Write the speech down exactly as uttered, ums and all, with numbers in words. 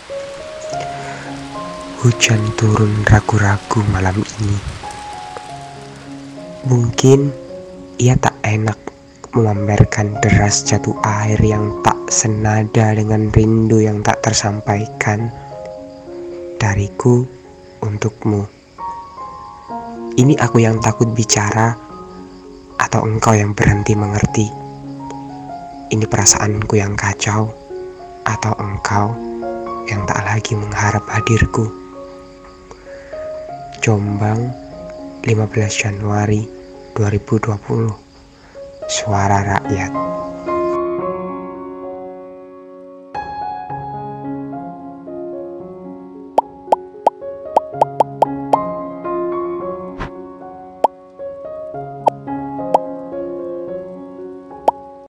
Hujan turun ragu-ragu malam ini. Mungkin ia tak enak memamerkan deras jatuh air yang tak senada dengan rindu yang tak tersampaikan dariku untukmu. Ini aku yang takut bicara, atau engkau yang berhenti mengerti? Ini perasaanku yang kacau, atau engkau yang tak lagi mengharap hadirku? Jombang, lima belas Januari dua ribu dua puluh. Suara Rakyat.